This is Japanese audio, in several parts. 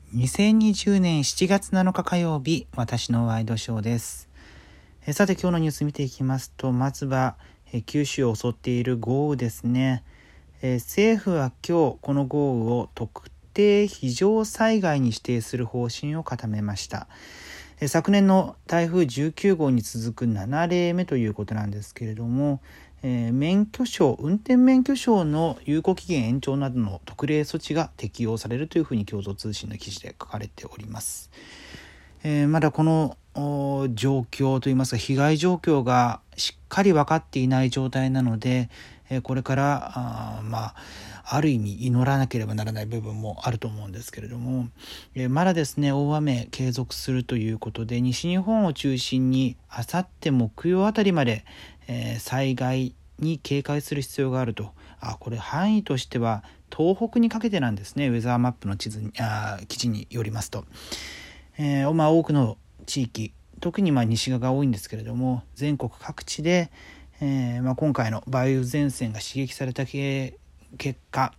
2020年7月7日火曜日、私のワイドショーです。さて今日のニュース見ていきますと、まずは九州を襲っている豪雨ですね。政府は今日この豪雨を特定非常災害に指定する方針を固めました。昨年の台風19号に続く7例目ということなんですけれども、運転免許証の有効期限延長などの特例措置が適用されるというふうに共同通信の記事で書かれております。まだこの状況といいますか、被害状況がしっかり分かっていない状態なので、これからある意味祈らなければならない部分もあると思うんですけれども、まだですね、大雨継続するということで、西日本を中心にあさって木曜あたりまで、災害に警戒する必要があると。これ範囲としては東北にかけてなんですね。ウェザーマップの記事によりますと、多くの地域、特に西側が多いんですけれども、全国各地で、今回の梅雨前線が刺激された結果、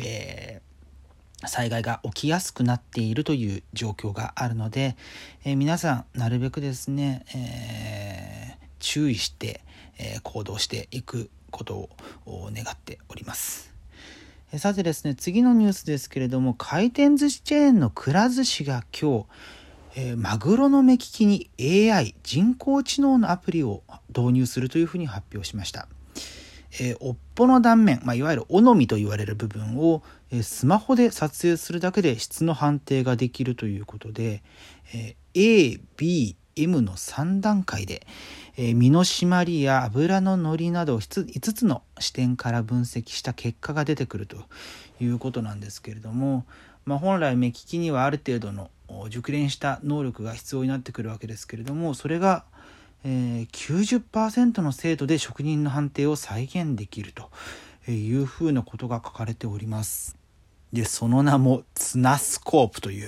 災害が起きやすくなっているという状況があるので、皆さんなるべくですね、注意して、行動していくことを願っております。さてですね、次のニュースですけれども、回転寿司チェーンのくら寿司が今日、マグロの目利きに AI 人工知能のアプリを導入するというふうに発表しました。尾っぽの断面、いわゆる尾のみと言われる部分をスマホで撮影するだけで質の判定ができるということで、A、B、M の3段階で、身の締まりや脂の乗りなど5つの視点から分析した結果が出てくるということなんですけれども、本来目利きにはある程度の熟練した能力が必要になってくるわけですけれども、それが90% の精度で職人の判定を再現できるというふうなことが書かれております。で、その名もツナスコープという、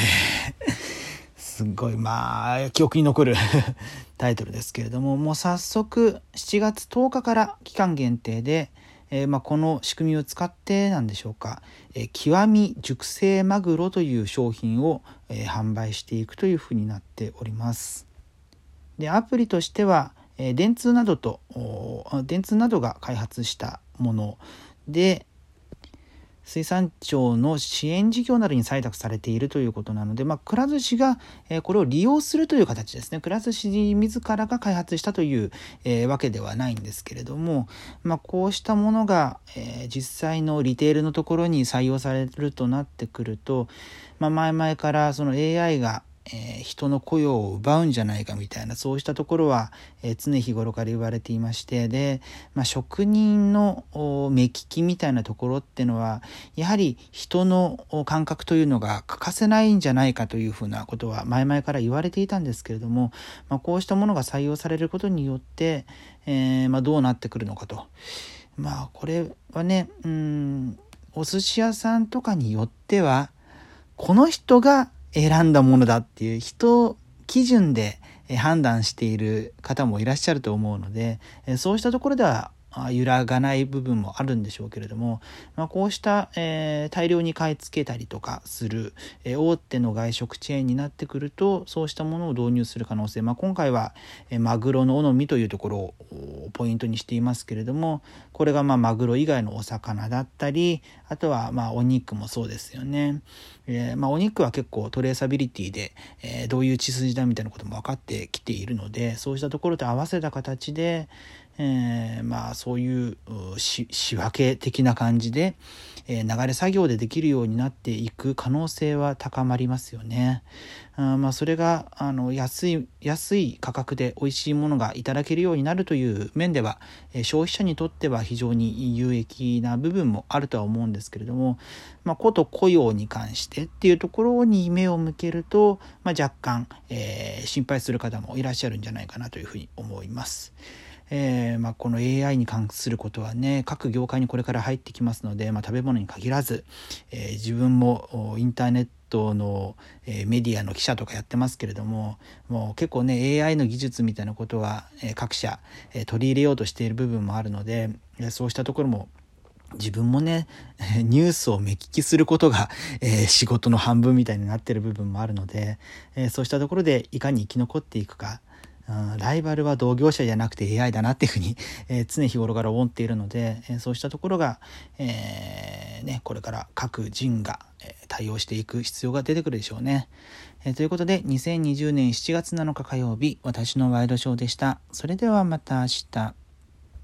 すごい記憶に残るタイトルですけれども、もう早速7月10日から期間限定で、この仕組みを使ってなんでしょうか、極み熟成マグロという商品を、販売していくというふうになっております。で、アプリとしては、電通などが開発したもので、水産庁の支援事業などに採択されているということなので、くら寿司がこれを利用するという形ですね。くら寿司自らが開発したというわけではないんですけれども、こうしたものが実際のリテールのところに採用されるとなってくると、前々からその AI が人の雇用を奪うんじゃないかみたいな、そうしたところは常日頃から言われていまして、で、職人の目利きみたいなところっていうのはやはり人の感覚というのが欠かせないんじゃないかというふうなことは前々から言われていたんですけれども、こうしたものが採用されることによって、どうなってくるのかと。これはね、お寿司屋さんとかによってはこの人が選んだものだっていう人基準で判断している方もいらっしゃると思うので、そうしたところでは揺らがない部分もあるんでしょうけれども、こうした、大量に買い付けたりとかする、大手の外食チェーンになってくると、そうしたものを導入する可能性、今回は、マグロの尾のみというところをポイントにしていますけれども、これがマグロ以外のお魚だったり、あとはお肉もそうですよね。お肉は結構トレーサビリティで、どういう血筋だみたいなことも分かってきているので、そうしたところと合わせた形で、そういう仕分け的な感じで、流れ作業でできるようになっていく可能性は高まりますよね。それが安い価格で美味しいものがいただけるようになるという面では、消費者にとっては非常に有益な部分もあるとは思うんですけれども、こと雇用に関してっていうところに目を向けると、若干、心配する方もいらっしゃるんじゃないかなというふうに思います。この AI に関することはね、各業界にこれから入ってきますので、食べ物に限らず、自分もインターネットのメディアの記者とかやってますけれども、もう結構ね AI の技術みたいなことは各社取り入れようとしている部分もあるので、そうしたところも自分もね、ニュースを目利きすることが、仕事の半分みたいになってる部分もあるので、そうしたところでいかに生き残っていくか、ライバルは同業者じゃなくて AI だなっていうふうに、常日頃から思っているので、そうしたところが、これから各人が対応していく必要が出てくるでしょうね。ということで2020年7月7日火曜日、私のワイドショーでした。それではまた明日。